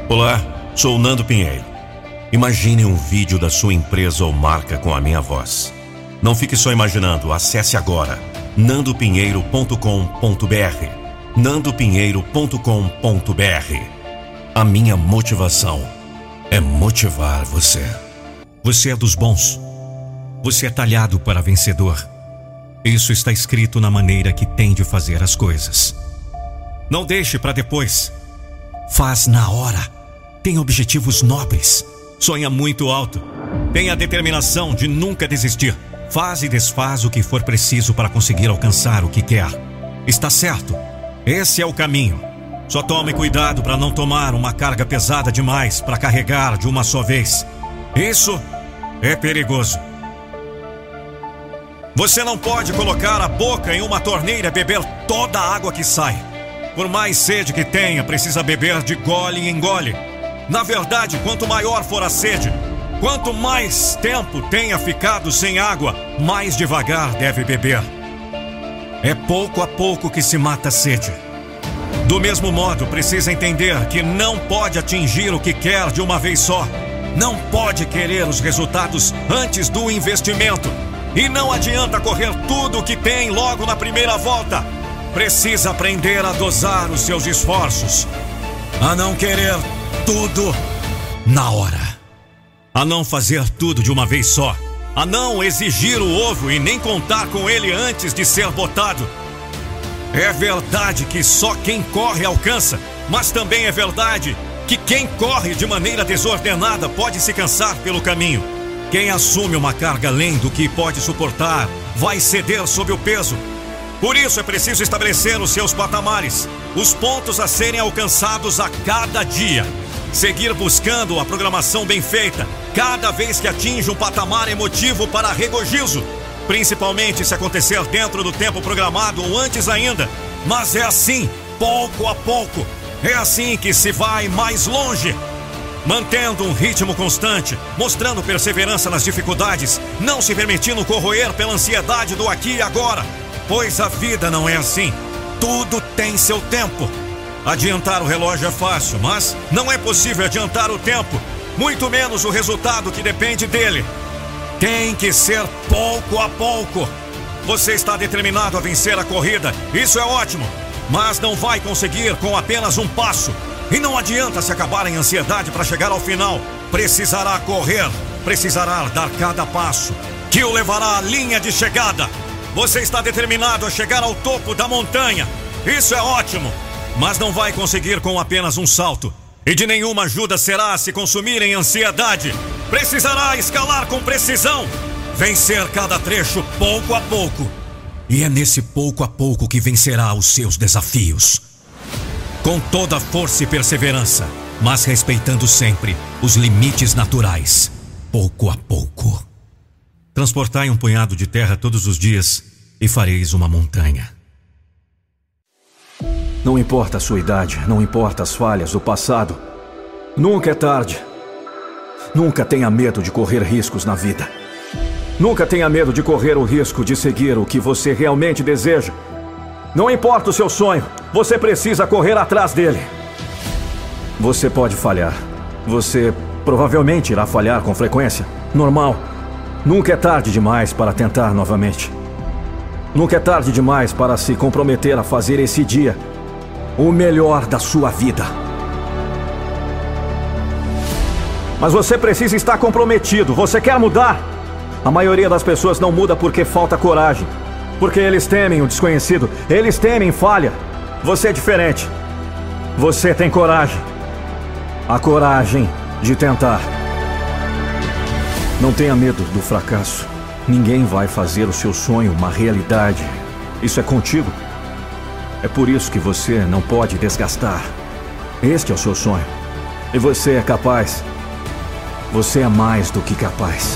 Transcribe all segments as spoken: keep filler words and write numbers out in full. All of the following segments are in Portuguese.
Olá, sou o Nando Pinheiro. Imagine um vídeo da sua empresa ou marca com a minha voz. Não fique só imaginando, acesse agora nando pinheiro ponto com ponto br. nando pinheiro ponto com ponto br. A minha motivação é motivar você. Você é dos bons. Você é talhado para vencedor. Isso está escrito na maneira que tem de fazer as coisas. Não deixe para depois. Faz na hora. Tem objetivos nobres. Sonha muito alto. Tenha a determinação de nunca desistir. Faz e desfaz o que for preciso para conseguir alcançar o que quer. Está certo. Esse é o caminho. Só tome cuidado para não tomar uma carga pesada demais para carregar de uma só vez. Isso é perigoso. Você não pode colocar a boca em uma torneira e beber toda a água que sai. Por mais sede que tenha, precisa beber de gole em gole. Na verdade, quanto maior for a sede, quanto mais tempo tenha ficado sem água, mais devagar deve beber. É pouco a pouco que se mata a sede. Do mesmo modo, precisa entender que não pode atingir o que quer de uma vez só. Não pode querer os resultados antes do investimento. E não adianta correr tudo o que tem logo na primeira volta. Precisa aprender a dosar os seus esforços. A não querer tudo na hora. A não fazer tudo de uma vez só. A não exigir o ovo e nem contar com ele antes de ser botado. É verdade que só quem corre alcança, mas também é verdade que quem corre de maneira desordenada pode se cansar pelo caminho. Quem assume uma carga além do que pode suportar vai ceder sob o peso. Por isso é preciso estabelecer os seus patamares, os pontos a serem alcançados a cada dia. Seguir buscando a programação bem feita. Cada vez que atinge um patamar é motivo para regozijo, principalmente se acontecer dentro do tempo programado ou antes ainda. Mas é assim, pouco a pouco. É assim que se vai mais longe. Mantendo um ritmo constante, mostrando perseverança nas dificuldades, não se permitindo corroer pela ansiedade do aqui e agora. Pois a vida não é assim. Tudo tem seu tempo. Adiantar o relógio é fácil, mas não é possível adiantar o tempo, muito menos o resultado que depende dele. Tem que ser pouco a pouco. Você está determinado a vencer a corrida, isso é ótimo, mas não vai conseguir com apenas um passo. E não adianta se acabar em ansiedade para chegar ao final. Precisará correr, precisará dar cada passo que o levará à linha de chegada. Você está determinado a chegar ao topo da montanha, isso é ótimo, mas não vai conseguir com apenas um salto. E de nenhuma ajuda será se consumir em ansiedade. Precisará escalar com precisão, vencer cada trecho pouco a pouco. E é nesse pouco a pouco que vencerá os seus desafios. Com toda força e perseverança, mas respeitando sempre os limites naturais, pouco a pouco. Transportai um punhado de terra todos os dias e fareis uma montanha. Não importa a sua idade, não importa as falhas do passado. Nunca é tarde. Nunca tenha medo de correr riscos na vida. Nunca tenha medo de correr o risco de seguir o que você realmente deseja. Não importa o seu sonho, você precisa correr atrás dele. Você pode falhar. Você provavelmente irá falhar com frequência. Normal. Nunca é tarde demais para tentar novamente. Nunca é tarde demais para se comprometer a fazer esse dia o melhor da sua vida. Mas você precisa estar comprometido. Você quer mudar? A maioria das pessoas não muda porque falta coragem. Porque eles temem o desconhecido. Eles temem falha. Você é diferente. Você tem coragem. A coragem de tentar. Não tenha medo do fracasso. Ninguém vai fazer o seu sonho uma realidade. Isso é contigo. É por isso que você não pode desgastar. Este é o seu sonho. E você é capaz. Você é mais do que capaz.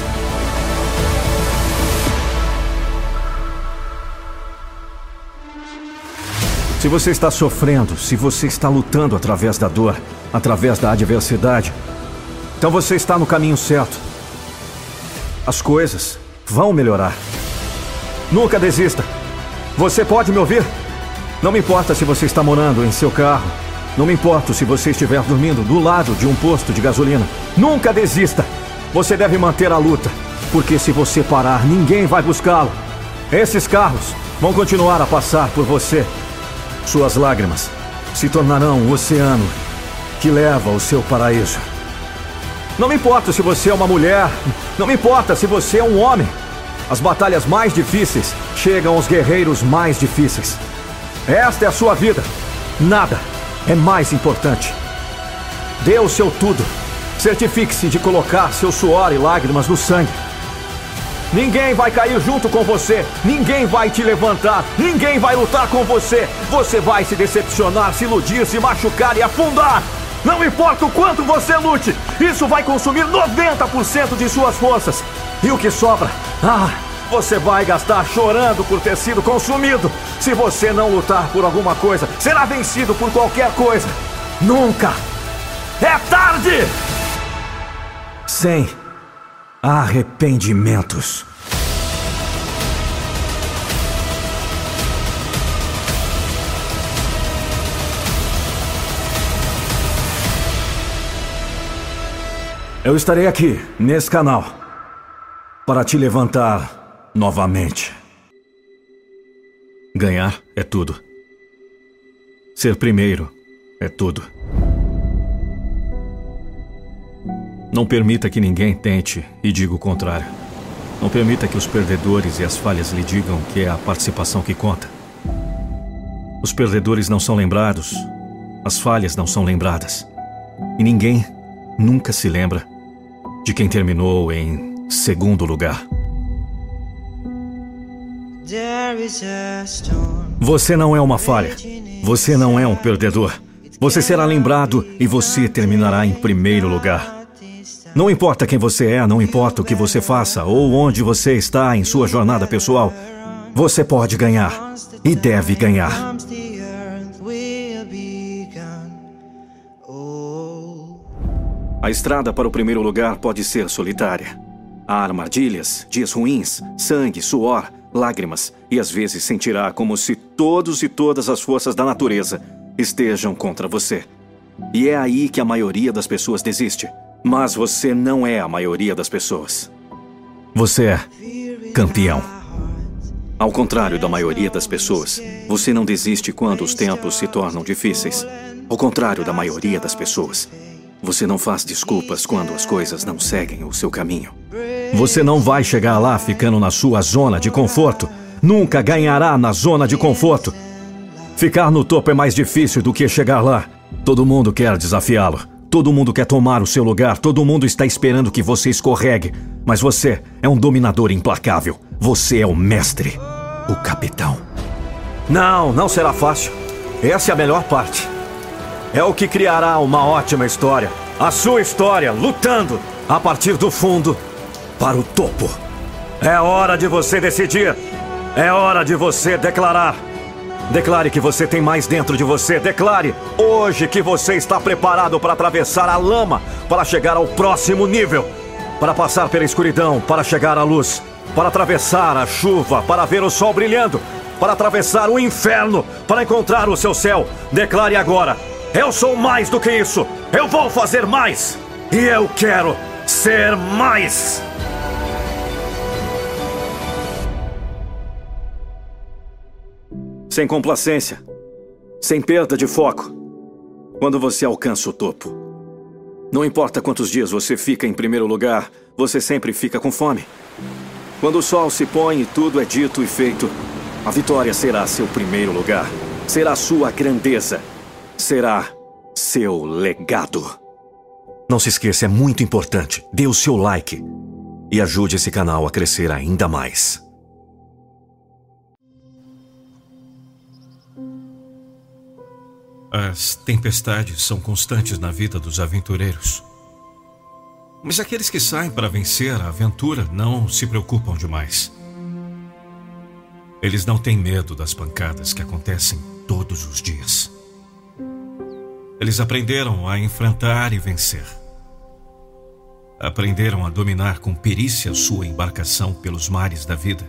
Se você está sofrendo, se você está lutando através da dor, através da adversidade, então você está no caminho certo. As coisas vão melhorar. Nunca desista. Você pode me ouvir? Não me importa se você está morando em seu carro, Não me importo se você estiver dormindo do lado de um posto de gasolina. Nunca desista. Você deve manter a luta, porque se você parar, ninguém vai buscá-lo. Esses carros vão continuar a passar por você. Suas lágrimas se tornarão um oceano que leva ao seu paraíso. Não me importa se você é uma mulher. Não me importa se você é um homem. As batalhas mais difíceis chegam aos guerreiros mais difíceis. Esta é a sua vida. Nada é mais importante. Dê o seu tudo. Certifique-se de colocar seu suor e lágrimas no sangue. Ninguém vai cair junto com você. Ninguém vai te levantar. Ninguém vai lutar com você. Você vai se decepcionar, se iludir, se machucar e afundar. Não importa o quanto você lute, isso vai consumir noventa por cento de suas forças. E o que sobra? Ah, você vai gastar chorando por ter sido consumido. Se você não lutar por alguma coisa, será vencido por qualquer coisa. Nunca é tarde! Sem arrependimentos. Eu estarei aqui, nesse canal, para te levantar novamente. Ganhar é tudo. Ser primeiro é tudo. Não permita que ninguém tente e diga o contrário. Não permita que os perdedores e as falhas lhe digam que é a participação que conta. Os perdedores não são lembrados, as falhas não são lembradas. E ninguém nunca se lembra de quem terminou em segundo lugar. Você não é uma falha. Você não é um perdedor. Você será lembrado e você terminará em primeiro lugar. Não importa quem você é, não importa o que você faça ou onde você está em sua jornada pessoal, você pode ganhar e deve ganhar. A estrada para o primeiro lugar pode ser solitária. Há armadilhas, dias ruins, sangue, suor, lágrimas, e às vezes sentirá como se todos e todas as forças da natureza estejam contra você. E é aí que a maioria das pessoas desiste. Mas você não é a maioria das pessoas. Você é campeão. Ao contrário da maioria das pessoas, você não desiste quando os tempos se tornam difíceis. Ao contrário da maioria das pessoas, você não faz desculpas quando as coisas não seguem o seu caminho. Você não vai chegar lá ficando na sua zona de conforto. Nunca ganhará na zona de conforto. Ficar no topo é mais difícil do que chegar lá. Todo mundo quer desafiá-lo. Todo mundo quer tomar o seu lugar. Todo mundo está esperando que você escorregue. Mas você é um dominador implacável. Você é o mestre, o capitão. Não, não será fácil. Essa é a melhor parte. É o que criará uma ótima história. A sua história, lutando a partir do fundo para o topo. É hora de você decidir. É hora de você declarar. Declare que você tem mais dentro de você. Declare hoje que você está preparado para atravessar a lama, para chegar ao próximo nível, para passar pela escuridão, para chegar à luz, para atravessar a chuva, para ver o sol brilhando, para atravessar o inferno, para encontrar o seu céu. Declare agora: eu sou mais do que isso. Eu vou fazer mais. E eu quero ser mais. Sem complacência, sem perda de foco, quando você alcança o topo. Não importa quantos dias você fica em primeiro lugar, você sempre fica com fome. Quando o sol se põe e tudo é dito e feito, a vitória será seu primeiro lugar. Será sua grandeza. Será seu legado. Não se esqueça, é muito importante. Dê o seu like e ajude esse canal a crescer ainda mais. As tempestades são constantes na vida dos aventureiros. Mas aqueles que saem para vencer a aventura não se preocupam demais. Eles não têm medo das pancadas que acontecem todos os dias. Eles aprenderam a enfrentar e vencer. Aprenderam a dominar com perícia sua embarcação pelos mares da vida.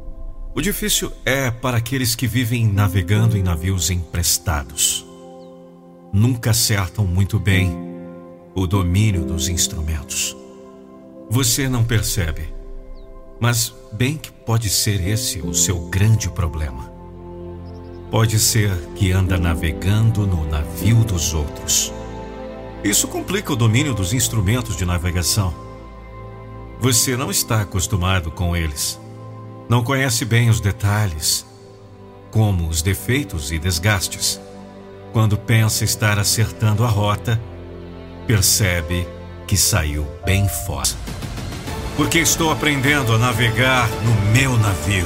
O difícil é para aqueles que vivem navegando em navios emprestados. nunca acertam muito bem o domínio dos instrumentos. Você não percebe, mas bem que pode ser esse o seu grande problema. Pode ser que anda navegando no navio dos outros. Isso complica o domínio dos instrumentos de navegação. Você não está acostumado com eles. Não conhece bem os detalhes, como os defeitos e desgastes. Quando pensa estar acertando a rota, percebe que saiu bem fora. Porque estou aprendendo a navegar no meu navio.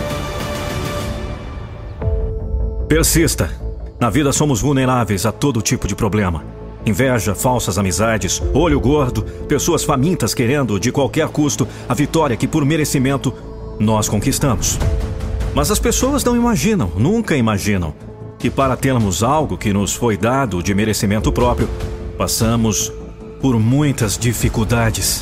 Persista. Na vida somos vulneráveis a todo tipo de problema. Inveja, falsas amizades, olho gordo, pessoas famintas querendo, de qualquer custo, a vitória que, por merecimento, nós conquistamos. Mas as pessoas não imaginam, nunca imaginam, que para termos algo que nos foi dado de merecimento próprio, passamos por muitas dificuldades.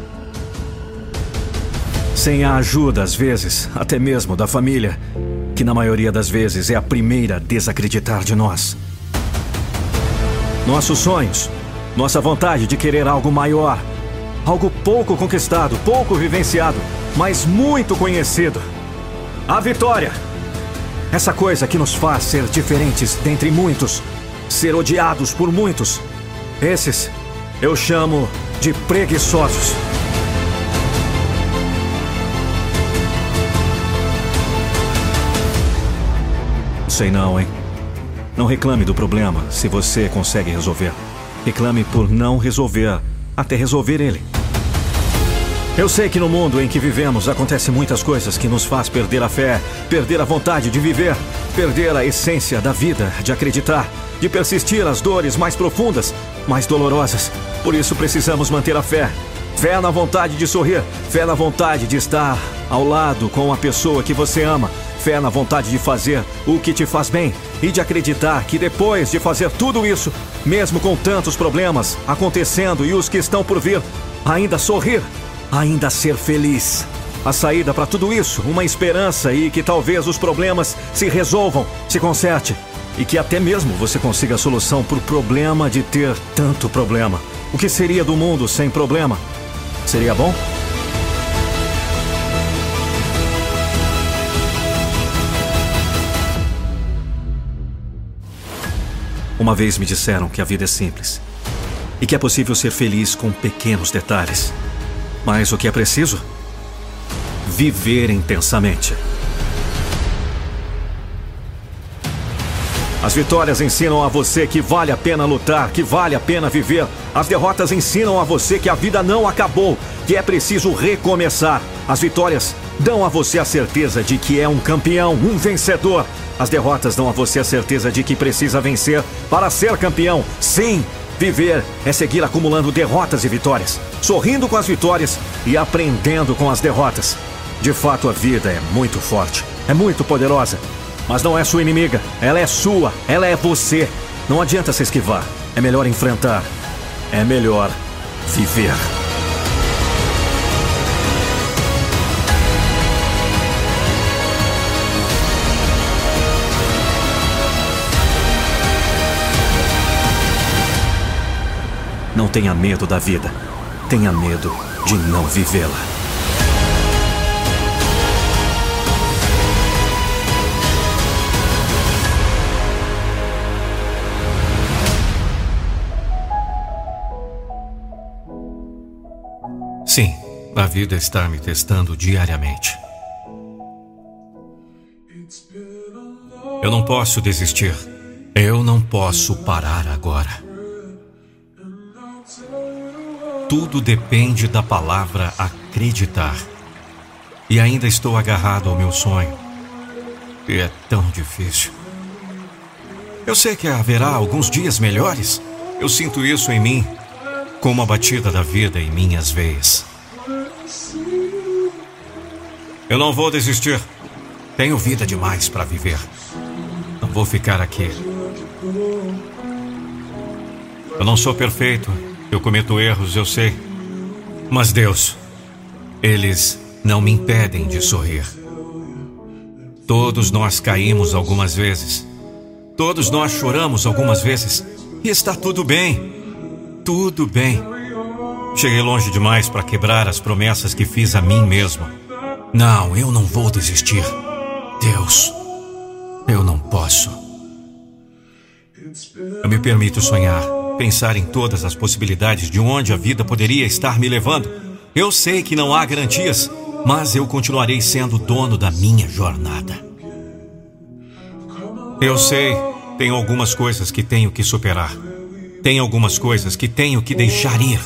Sem a ajuda, às vezes, até mesmo da família, que na maioria das vezes é a primeira a desacreditar de nós. Nossos sonhos, nossa vontade de querer algo maior, algo pouco conquistado, pouco vivenciado, mas muito conhecido. A vitória. Essa coisa que nos faz ser diferentes dentre muitos, ser odiados por muitos. Esses eu chamo de preguiçosos. Sei não, hein? Não reclame do problema se você consegue resolver. Reclame por não resolver, até resolver ele. Eu sei que no mundo em que vivemos acontecem muitas coisas que nos faz perder a fé, perder a vontade de viver, perder a essência da vida, de acreditar, de persistir às dores mais profundas, mais dolorosas. Por isso precisamos manter a fé. Fé na vontade de sorrir, fé na vontade de estar ao lado com a pessoa que você ama, fé na vontade de fazer o que te faz bem e de acreditar que depois de fazer tudo isso, mesmo com tantos problemas acontecendo e os que estão por vir, ainda sorrir, ainda ser feliz. A saída para tudo isso, uma esperança e que talvez os problemas se resolvam, se conserte e que até mesmo você consiga a solução para o problema de ter tanto problema. O que seria do mundo sem problema? Seria bom? Uma vez me disseram que a vida é simples e que é possível ser feliz com pequenos detalhes. Mas o que é preciso? Viver intensamente. As vitórias ensinam a você que vale a pena lutar, que vale a pena viver. As derrotas ensinam a você que a vida não acabou, que é preciso recomeçar. As vitórias dão a você a certeza de que é um campeão, um vencedor. As derrotas dão a você a certeza de que precisa vencer para ser campeão. Sim, viver é seguir acumulando derrotas e vitórias, sorrindo com as vitórias e aprendendo com as derrotas. De fato, a vida é muito forte, é muito poderosa, mas não é sua inimiga, ela é sua, ela é você. Não adianta se esquivar, é melhor enfrentar, é melhor viver. Não tenha medo da vida, tenha medo de não vivê-la. Sim, a vida está me testando diariamente. Eu não posso desistir. Eu não posso parar agora. Tudo depende da palavra acreditar. E ainda estou agarrado ao meu sonho. E é tão difícil. Eu sei que haverá alguns dias melhores. Eu sinto isso em mim, como a batida da vida em minhas veias. Eu não vou desistir. Tenho vida demais para viver. Não vou ficar aqui. Eu não sou perfeito. Eu cometo erros, eu sei. Mas Deus, eles não me impedem de sorrir. Todos nós caímos algumas vezes. Todos nós choramos algumas vezes. E está tudo bem. Tudo bem. Cheguei longe demais para quebrar as promessas que fiz a mim mesmo. Não, eu não vou desistir. Deus, eu não posso. Eu me permito sonhar, pensar em todas as possibilidades de onde a vida poderia estar me levando. Eu sei que não há garantias, mas eu continuarei sendo dono da minha jornada. Eu sei, tem algumas coisas que tenho que superar. Tem algumas coisas que tenho que deixar ir.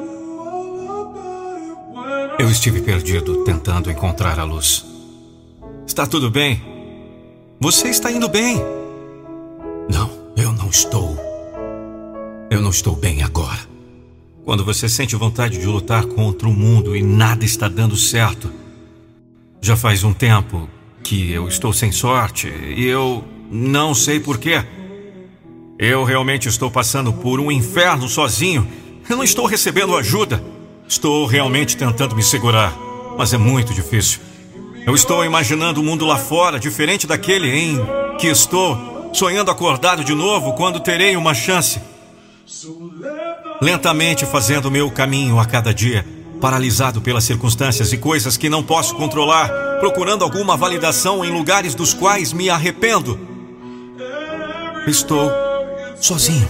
Eu estive perdido tentando encontrar a luz. Está tudo bem? Você está indo bem? Não, eu não estou. Eu não estou bem agora. Quando você sente vontade de lutar contra o mundo e nada está dando certo. Já faz um tempo que eu estou sem sorte e eu não sei porquê. Eu realmente estou passando por um inferno sozinho. Eu não estou recebendo ajuda. Estou realmente tentando me segurar, mas é muito difícil. Eu estou imaginando o mundo lá fora, diferente daquele em que estou, sonhando acordado de novo quando terei uma chance. Lentamente fazendo o meu caminho a cada dia, paralisado pelas circunstâncias e coisas que não posso controlar, procurando alguma validação em lugares dos quais me arrependo. Estou sozinho.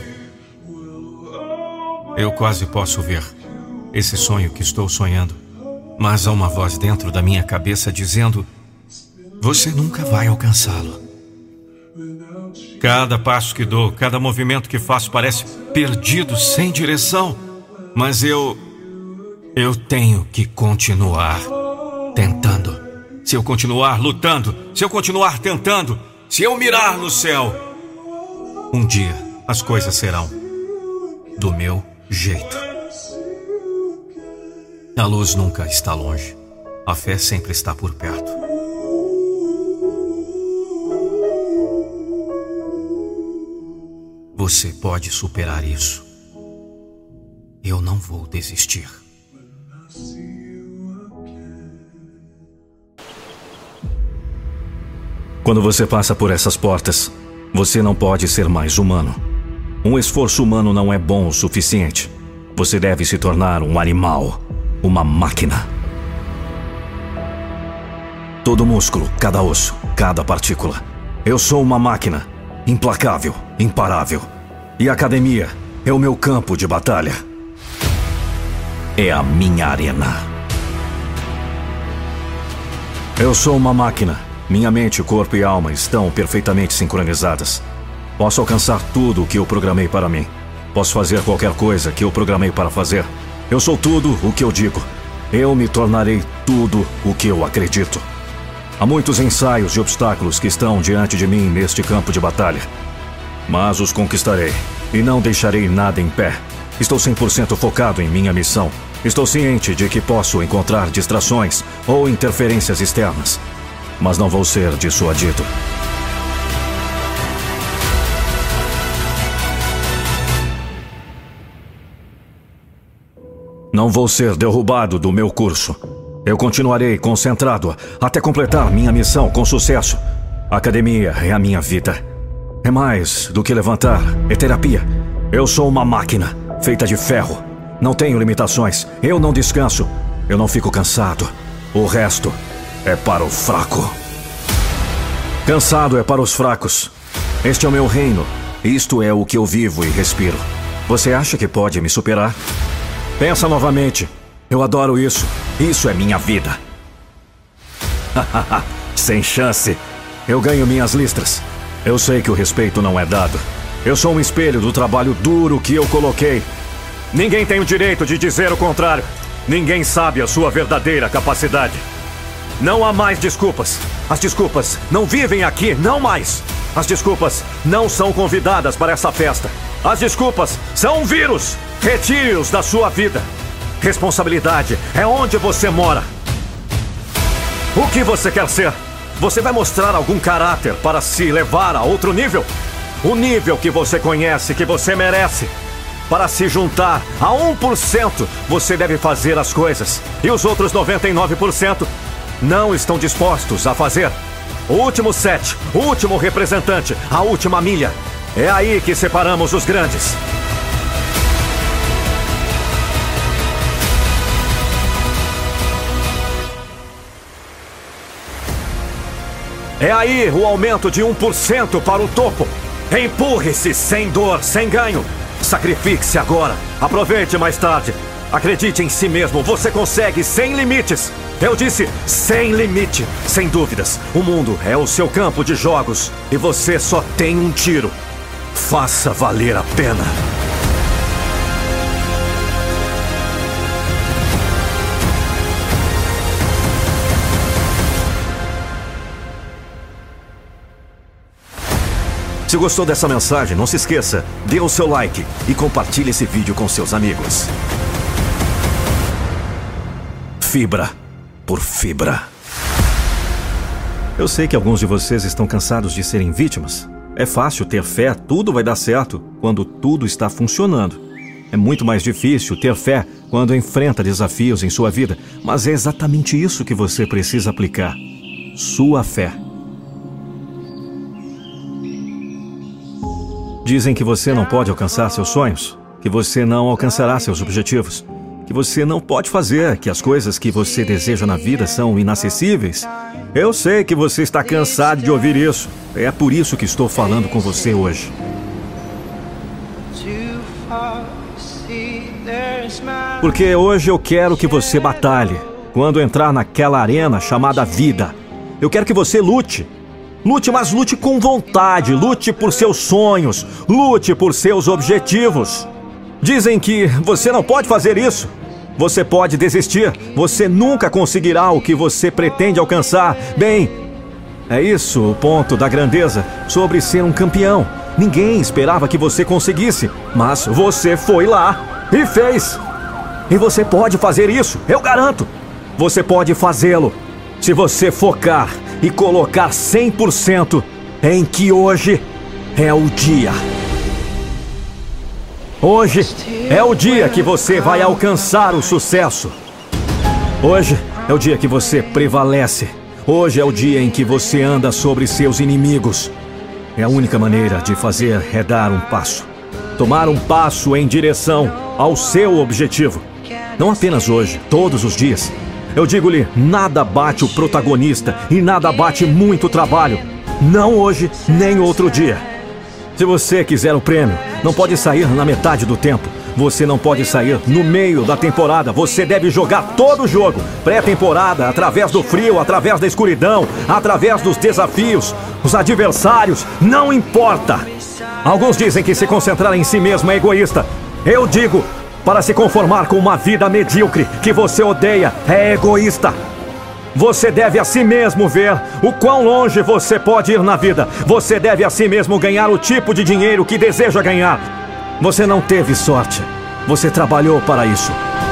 Eu quase posso ver esse sonho que estou sonhando, mas há uma voz dentro da minha cabeça dizendo: você nunca vai alcançá-lo. Cada passo que dou, cada movimento que faço parece perdido, sem direção. Mas eu... eu tenho que continuar tentando. Se eu continuar lutando, se eu continuar tentando, se eu mirar no céu, um dia as coisas serão do meu jeito. A luz nunca está longe. A fé sempre está por perto. Você pode superar isso. Eu não vou desistir. Quando você passa por essas portas, você não pode ser mais humano. Um esforço humano não é bom o suficiente. Você deve se tornar um animal, uma máquina. Todo músculo, cada osso, cada partícula. Eu sou uma máquina, implacável, imparável. E a academia é o meu campo de batalha. É a minha arena. Eu sou uma máquina. Minha mente, corpo e alma estão perfeitamente sincronizadas. Posso alcançar tudo o que eu programei para mim. Posso fazer qualquer coisa que eu programei para fazer. Eu sou tudo o que eu digo. Eu me tornarei tudo o que eu acredito. Há muitos ensaios e obstáculos que estão diante de mim neste campo de batalha. Mas os conquistarei e não deixarei nada em pé. Estou cem por cento focado em minha missão. Estou ciente de que posso encontrar distrações ou interferências externas, mas não vou ser dissuadido. Não vou ser derrubado do meu curso. Eu continuarei concentrado até completar minha missão com sucesso. A academia é a minha vida. É mais do que levantar, é terapia. Eu sou uma máquina, feita de ferro. Não tenho limitações, eu não descanso. Eu não fico cansado. O resto é para o fraco. Cansado é para os fracos. Este é o meu reino. Isto é o que eu vivo e respiro. Você acha que pode me superar? Pensa novamente. Eu adoro isso. Isso é minha vida. Sem chance. Eu ganho minhas listras. Eu sei que o respeito não é dado. Eu sou um espelho do trabalho duro que eu coloquei. Ninguém tem o direito de dizer o contrário. Ninguém sabe a sua verdadeira capacidade. Não há mais desculpas. As desculpas não vivem aqui, não mais. As desculpas não são convidadas para essa festa. As desculpas são um vírus. Retire-os da sua vida. Responsabilidade é onde você mora. O que você quer ser? Você vai mostrar algum caráter para se levar a outro nível? O nível que você conhece, que você merece. Para se juntar a um por cento, você deve fazer as coisas. E os outros noventa e nove por cento não estão dispostos a fazer. O último set, o último representante, a última milha. É aí que separamos os grandes. É aí o aumento de um por cento para o topo. Empurre-se sem dor, sem ganho. Sacrifique-se agora. Aproveite mais tarde. Acredite em si mesmo. Você consegue sem limites. Eu disse sem limite. Sem dúvidas. O mundo é o seu campo de jogos. E você só tem um tiro. Faça valer a pena. Se gostou dessa mensagem, não se esqueça, dê o seu like e compartilhe esse vídeo com seus amigos. Fibra por fibra. Eu sei que alguns de vocês estão cansados de serem vítimas. É fácil ter fé, tudo vai dar certo quando tudo está funcionando. É muito mais difícil ter fé quando enfrenta desafios em sua vida, mas é exatamente isso que você precisa aplicar. Sua fé. Dizem que você não pode alcançar seus sonhos, que você não alcançará seus objetivos, que você não pode fazer, que as coisas que você deseja na vida são inacessíveis. Eu sei que você está cansado de ouvir isso. É por isso que estou falando com você hoje. Porque hoje eu quero que você batalhe. Quando entrar naquela arena chamada vida, eu quero que você lute. Lute, mas lute com vontade, lute por seus sonhos, lute por seus objetivos. Dizem que você não pode fazer isso. Você pode desistir, você nunca conseguirá o que você pretende alcançar. Bem, é isso o ponto da grandeza sobre ser um campeão. Ninguém esperava que você conseguisse, mas você foi lá e fez. E você pode fazer isso, eu garanto. Você pode fazê-lo se você focar e colocar cem por cento em que hoje é o dia. Hoje é o dia que você vai alcançar o sucesso. Hoje é o dia que você prevalece. Hoje é o dia em que você anda sobre seus inimigos. É a única maneira de fazer é dar um passo. Tomar um passo em direção ao seu objetivo. Não apenas hoje, todos os dias. Eu digo-lhe, nada bate o protagonista e nada bate muito trabalho. Não hoje, nem outro dia. Se você quiser o prêmio, não pode sair na metade do tempo. Você não pode sair no meio da temporada. Você deve jogar todo o jogo. Pré-temporada, através do frio, através da escuridão, através dos desafios, os adversários, não importa. Alguns dizem que se concentrar em si mesmo é egoísta. Eu digo, para se conformar com uma vida medíocre que você odeia, é egoísta. Você deve a si mesmo ver o quão longe você pode ir na vida. Você deve a si mesmo ganhar o tipo de dinheiro que deseja ganhar. Você não teve sorte. Você trabalhou para isso.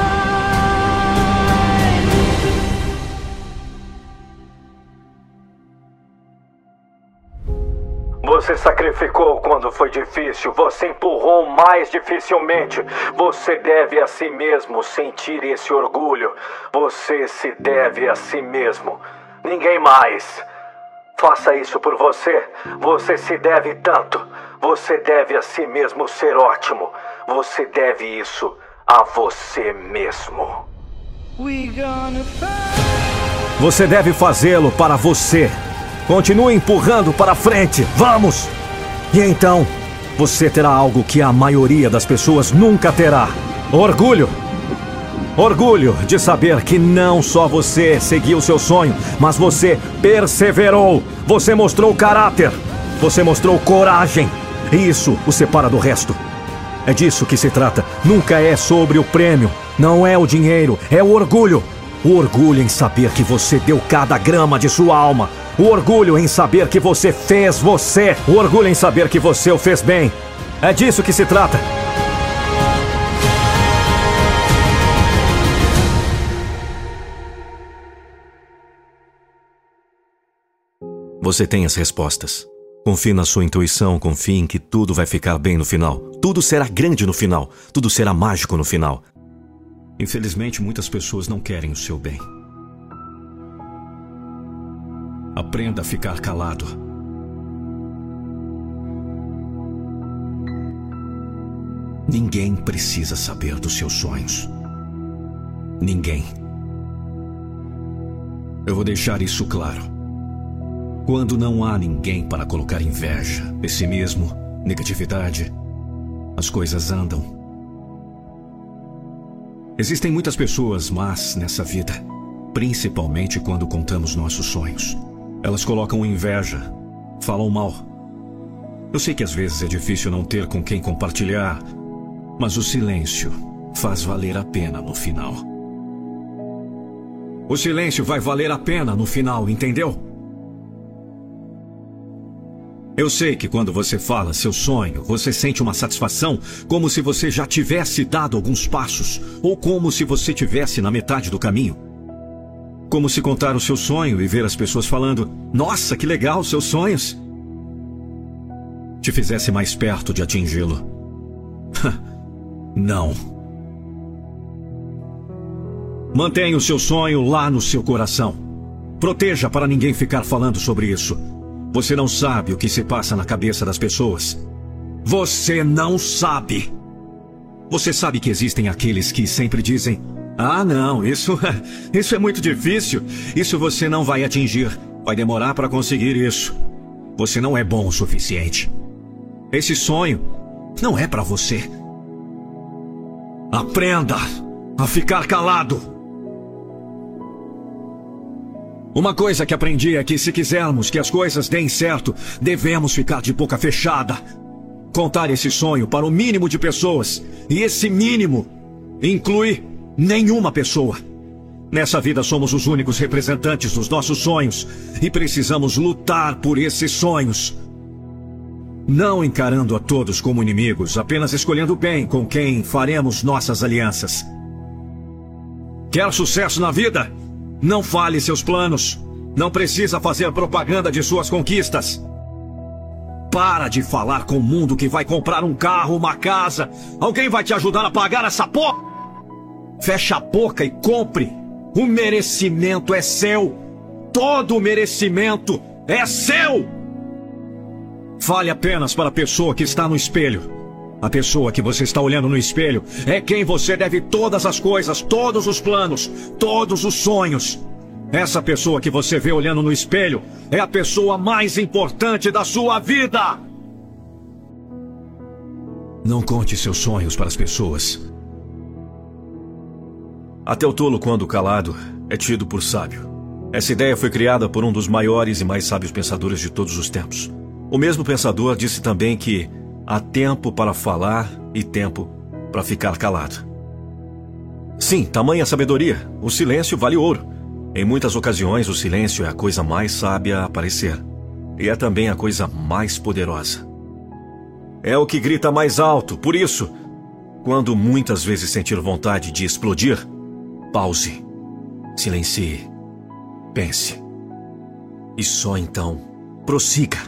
Você sacrificou quando foi difícil, você empurrou mais dificilmente. Você deve a si mesmo sentir esse orgulho. Você se deve a si mesmo. Ninguém mais. Faça isso por você. Você se deve tanto. Você deve a si mesmo ser ótimo. Você deve isso a você mesmo. Você deve fazê-lo para você. Continue empurrando para frente, vamos! E então, você terá algo que a maioria das pessoas nunca terá. Orgulho. Orgulho de saber que não só você seguiu seu sonho, mas você perseverou. Você mostrou caráter. Você mostrou coragem. E isso o separa do resto. É disso que se trata. Nunca é sobre o prêmio. Não é o dinheiro, é o orgulho. O orgulho em saber que você deu cada grama de sua alma. O orgulho em saber que você fez você. O orgulho em saber que você o fez bem. É disso que se trata. Você tem as respostas. Confie na sua intuição, confie em que tudo vai ficar bem no final. Tudo será grande no final. Tudo será mágico no final. Infelizmente, muitas pessoas não querem o seu bem. Aprenda a ficar calado. Ninguém precisa saber dos seus sonhos. Ninguém. Eu vou deixar isso claro. Quando não há ninguém para colocar inveja, pessimismo, negatividade, as coisas andam. Existem muitas pessoas más nessa vida, principalmente quando contamos nossos sonhos. Elas colocam inveja, falam mal. Eu sei que às vezes é difícil não ter com quem compartilhar, mas o silêncio faz valer a pena no final. O silêncio vai valer a pena no final, entendeu? Eu sei que quando você fala seu sonho, você sente uma satisfação como se você já tivesse dado alguns passos, ou como se você tivesse na metade do caminho. Como se contar o seu sonho e ver as pessoas falando, nossa, que legal, seus sonhos, te fizesse mais perto de atingi-lo. Não. Mantenha o seu sonho lá no seu coração. Proteja para ninguém ficar falando sobre isso. Você não sabe o que se passa na cabeça das pessoas. Você não sabe. Você sabe que existem aqueles que sempre dizem, ah, não, isso, isso é muito difícil. Isso você não vai atingir. Vai demorar para conseguir isso. Você não é bom o suficiente. Esse sonho não é para você. Aprenda a ficar calado. Uma coisa que aprendi é que se quisermos que as coisas deem certo, devemos ficar de boca fechada. Contar esse sonho para o mínimo de pessoas. E esse mínimo inclui nenhuma pessoa. Nessa vida somos os únicos representantes dos nossos sonhos e precisamos lutar por esses sonhos. Não encarando a todos como inimigos, apenas escolhendo bem com quem faremos nossas alianças. Quer sucesso na vida? Não fale seus planos. Não precisa fazer propaganda de suas conquistas. Para de falar com o mundo que vai comprar um carro, uma casa. Alguém vai te ajudar a pagar essa porra? Fecha a boca e compre. O merecimento é seu. Todo o merecimento é seu. Fale apenas para a pessoa que está no espelho. A pessoa que você está olhando no espelho é quem você deve todas as coisas, todos os planos, todos os sonhos. Essa pessoa que você vê olhando no espelho é a pessoa mais importante da sua vida. Não conte seus sonhos para as pessoas. Até o tolo, quando calado, é tido por sábio. Essa ideia foi criada por um dos maiores e mais sábios pensadores de todos os tempos. O mesmo pensador disse também que há tempo para falar e tempo para ficar calado. Sim, tamanha sabedoria. O silêncio vale ouro. Em muitas ocasiões, o silêncio é a coisa mais sábia a aparecer. E é também a coisa mais poderosa. É o que grita mais alto. Por isso, quando muitas vezes sentir vontade de explodir, pause, silencie, pense. E só então, prossiga.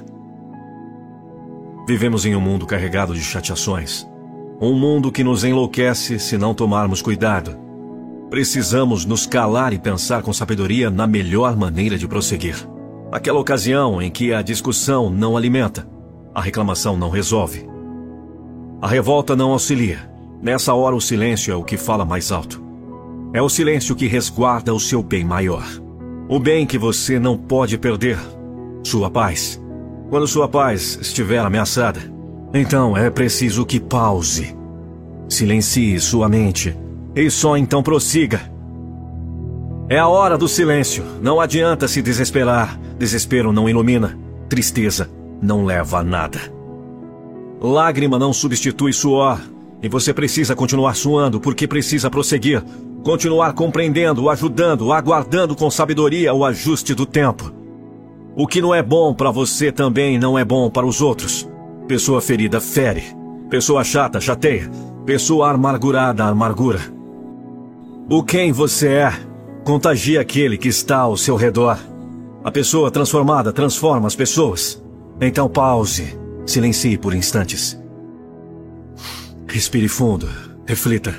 Vivemos em um mundo carregado de chateações. Um mundo que nos enlouquece se não tomarmos cuidado. Precisamos nos calar e pensar com sabedoria na melhor maneira de prosseguir. Naquela ocasião em que a discussão não alimenta, a reclamação não resolve. A revolta não auxilia. Nessa hora o silêncio é o que fala mais alto. É o silêncio que resguarda o seu bem maior. O bem que você não pode perder. Sua paz. Quando sua paz estiver ameaçada, então é preciso que pause. Silencie sua mente e só então prossiga. É a hora do silêncio. Não adianta se desesperar. Desespero não ilumina. Tristeza não leva a nada. Lágrima não substitui suor. E você precisa continuar suando porque precisa prosseguir. Continuar compreendendo, ajudando, aguardando com sabedoria o ajuste do tempo. O que não é bom para você também não é bom para os outros. Pessoa ferida fere. Pessoa chata chateia. Pessoa amargurada amargura. O quem você é contagia aquele que está ao seu redor. A pessoa transformada transforma as pessoas. Então pause. Silencie por instantes. Respire fundo. Reflita.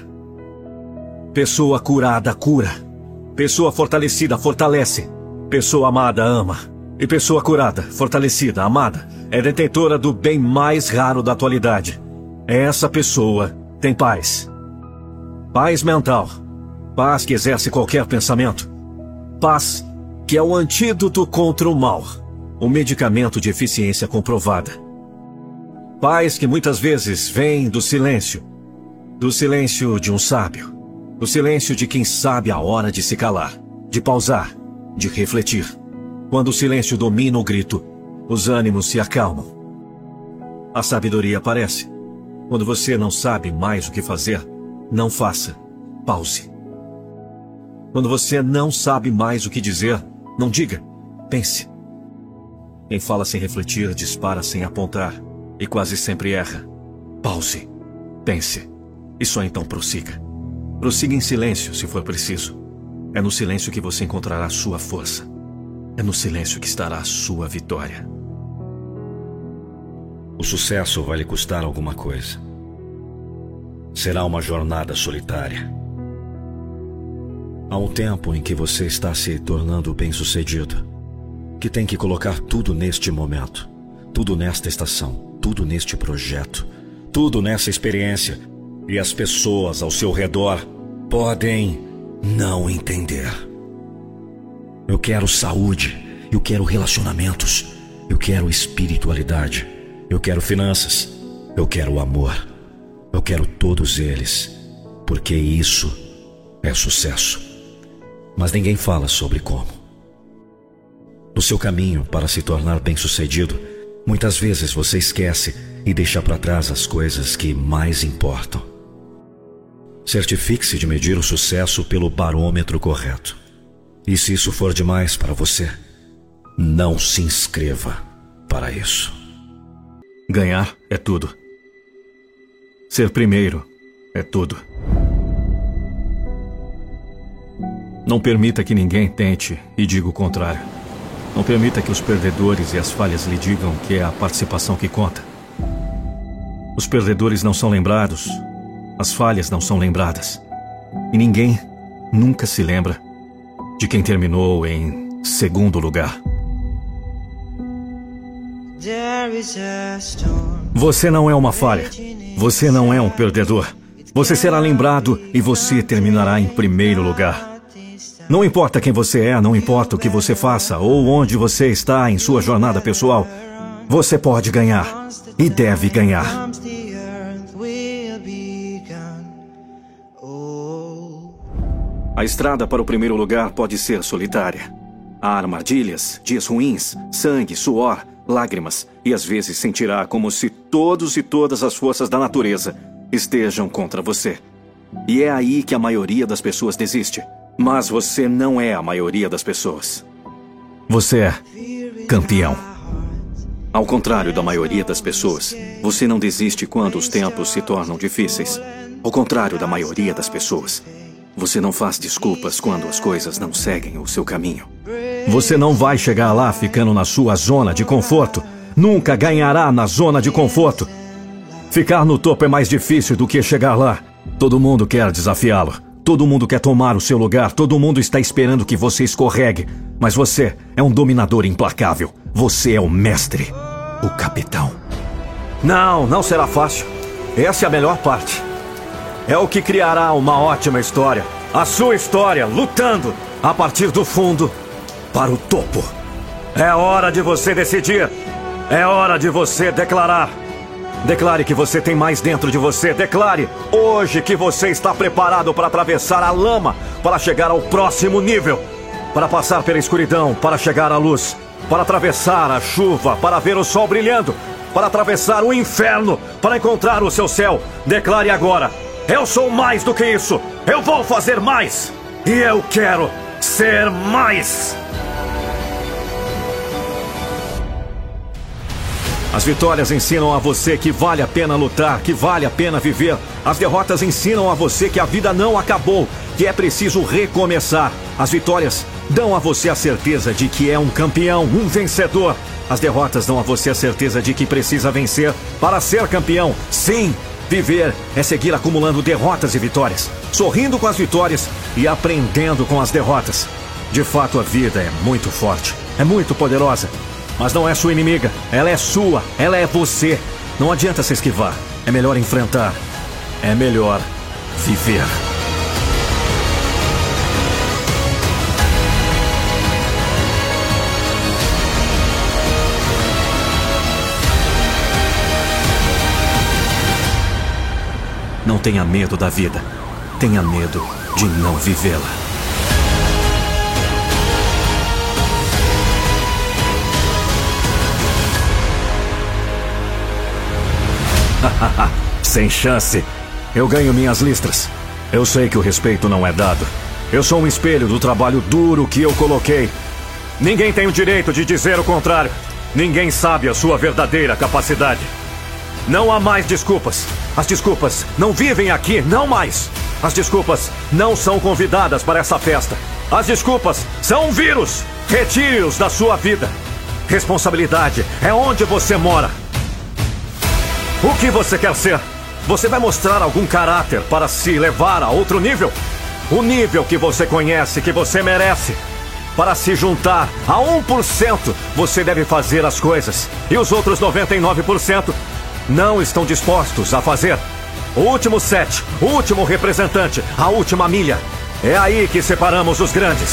Pessoa curada cura. Pessoa fortalecida fortalece. Pessoa amada ama. E pessoa curada, fortalecida, amada, é detentora do bem mais raro da atualidade. É essa pessoa tem paz. Paz mental. Paz que exerce qualquer pensamento. Paz que é o antídoto contra o mal. O medicamento de eficiência comprovada. Paz que muitas vezes vem do silêncio. Do silêncio de um sábio. Do silêncio de quem sabe a hora de se calar. De pausar. De refletir. Quando o silêncio domina o grito, os ânimos se acalmam. A sabedoria aparece. Quando você não sabe mais o que fazer, não faça. Pause. Quando você não sabe mais o que dizer, não diga. Pense. Quem fala sem refletir, dispara sem apontar. E quase sempre erra. Pause. Pense. E só então prossiga. Prossiga em silêncio, se for preciso. É no silêncio que você encontrará sua força. É no silêncio que estará a sua vitória. O sucesso vai lhe custar alguma coisa. Será uma jornada solitária. Há um tempo em que você está se tornando bem-sucedido, que tem que colocar tudo neste momento, tudo nesta estação, tudo neste projeto, tudo nessa experiência, e as pessoas ao seu redor podem não entender. Eu quero saúde, eu quero relacionamentos, eu quero espiritualidade, eu quero finanças, eu quero amor, eu quero todos eles, porque isso é sucesso. Mas ninguém fala sobre como. No seu caminho para se tornar bem-sucedido, muitas vezes você esquece e deixa para trás as coisas que mais importam. Certifique-se de medir o sucesso pelo barômetro correto. E se isso for demais para você, não se inscreva para isso. Ganhar é tudo. Ser primeiro é tudo. Não permita que ninguém tente e diga o contrário. Não permita que os perdedores e as falhas lhe digam que é a participação que conta. Os perdedores não são lembrados, as falhas não são lembradas. E ninguém nunca se lembra de quem terminou em segundo lugar. Você não é uma falha. Você não é um perdedor. Você será lembrado e você terminará em primeiro lugar. Não importa quem você é, não importa o que você faça ou onde você está em sua jornada pessoal, você pode ganhar e deve ganhar. A estrada para o primeiro lugar pode ser solitária. Há armadilhas, dias ruins, sangue, suor, lágrimas, e às vezes sentirá como se todos e todas as forças da natureza estejam contra você. E é aí que a maioria das pessoas desiste. Mas você não é a maioria das pessoas. Você é campeão. Ao contrário da maioria das pessoas, você não desiste quando os tempos se tornam difíceis. Ao contrário da maioria das pessoas, você não faz desculpas quando as coisas não seguem o seu caminho. Você não vai chegar lá ficando na sua zona de conforto. Nunca ganhará na zona de conforto. Ficar no topo é mais difícil do que chegar lá. Todo mundo quer desafiá-lo. Todo mundo quer tomar o seu lugar. Todo mundo está esperando que você escorregue. Mas você é um dominador implacável. Você é o mestre. O capitão. Não, não será fácil. Essa é a melhor parte. É o que criará uma ótima história. A sua história lutando a partir do fundo para o topo. É hora de você decidir. É hora de você declarar. Declare que você tem mais dentro de você. Declare hoje que você está preparado para atravessar a lama, para chegar ao próximo nível, para passar pela escuridão, para chegar à luz, para atravessar a chuva, para ver o sol brilhando, para atravessar o inferno, para encontrar o seu céu. Declare agora: eu sou mais do que isso. Eu vou fazer mais. E eu quero ser mais. As vitórias ensinam a você que vale a pena lutar, que vale a pena viver. As derrotas ensinam a você que a vida não acabou, que é preciso recomeçar. As vitórias dão a você a certeza de que é um campeão, um vencedor. As derrotas dão a você a certeza de que precisa vencer para ser campeão. Sim, viver é seguir acumulando derrotas e vitórias, sorrindo com as vitórias e aprendendo com as derrotas. De fato, a vida é muito forte, é muito poderosa. Mas não é sua inimiga, ela é sua, ela é você. Não adianta se esquivar, é melhor enfrentar. é melhor viver. Não tenha medo da vida. Tenha medo de não vivê-la. Sem chance. Eu ganho minhas listras. Eu sei que o respeito não é dado. Eu sou um espelho do trabalho duro que eu coloquei. Ninguém tem o direito de dizer o contrário. Ninguém sabe a sua verdadeira capacidade. Não há mais desculpas. As desculpas não vivem aqui, não mais. As desculpas não são convidadas para essa festa. As desculpas são um vírus. Retire-os da sua vida. Responsabilidade é onde você mora. O que você quer ser? Você vai mostrar algum caráter para se levar a outro nível? O nível que você conhece, que você merece. Para se juntar a um por cento, você deve fazer as coisas. E os outros noventa e nove por cento não estão dispostos a fazer. O último set, o último representante, a última milha. É aí que separamos os grandes.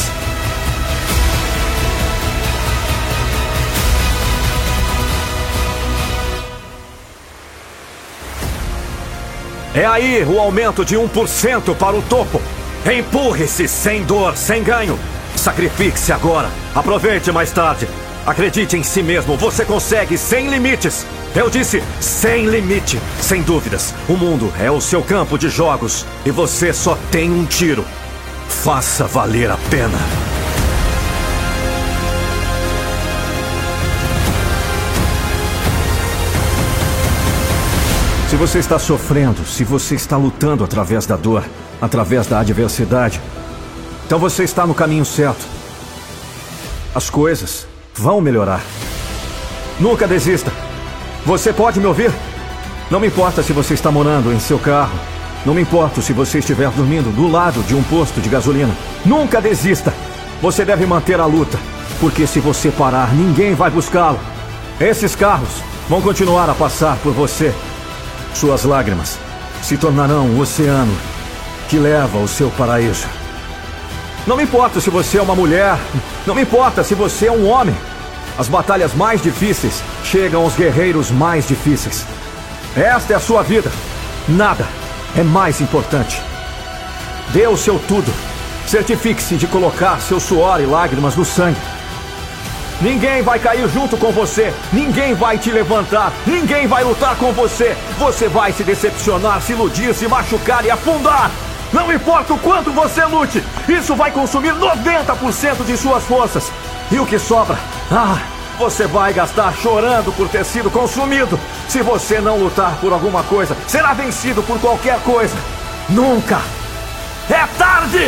É aí o aumento de um por cento para o topo. Empurre-se sem dor, sem ganho. Sacrifique-se agora. Aproveite mais tarde. Acredite em si mesmo. Você consegue sem limites. Eu disse sem limite. Sem dúvidas. O mundo é o seu campo de jogos. E você só tem um tiro. Faça valer a pena. Se você está sofrendo, se você está lutando através da dor, através da adversidade, então você está no caminho certo. As coisas vão melhorar. Nunca desista. Você pode me ouvir? Não me importa se você está morando em seu carro. Não me importa se você estiver dormindo do lado de um posto de gasolina. Nunca desista. Você deve manter a luta, porque se você parar, ninguém vai buscá-lo. Esses carros vão continuar a passar por você. Suas lágrimas se tornarão um oceano que leva ao seu paraíso. Não me importa se você é uma mulher. Não me importa se você é um homem. As batalhas mais difíceis chegam aos guerreiros mais difíceis. Esta é a sua vida. Nada é mais importante. Dê o seu tudo. Certifique-se de colocar seu suor e lágrimas no sangue. Ninguém vai cair junto com você. Ninguém vai te levantar. Ninguém vai lutar com você. Você vai se decepcionar, se iludir, se machucar e afundar. Não importa o quanto você lute. Isso vai consumir noventa por cento de suas forças. E o que sobra? Ah, você vai gastar chorando por ter sido consumido. Se você não lutar por alguma coisa, será vencido por qualquer coisa. Nunca é tarde!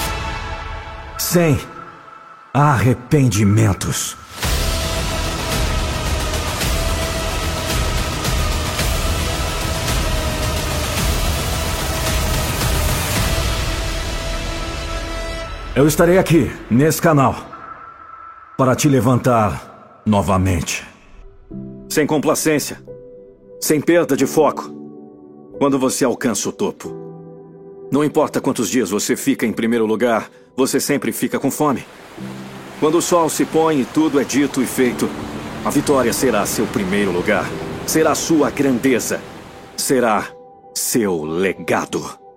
Sem arrependimentos. Eu estarei aqui, nesse canal, para te levantar novamente. Sem complacência, sem perda de foco. Quando você alcança o topo, não importa quantos dias você fica em primeiro lugar, você sempre fica com fome. Quando o sol se põe e tudo é dito e feito, a vitória será seu primeiro lugar. Será sua grandeza. Será seu legado.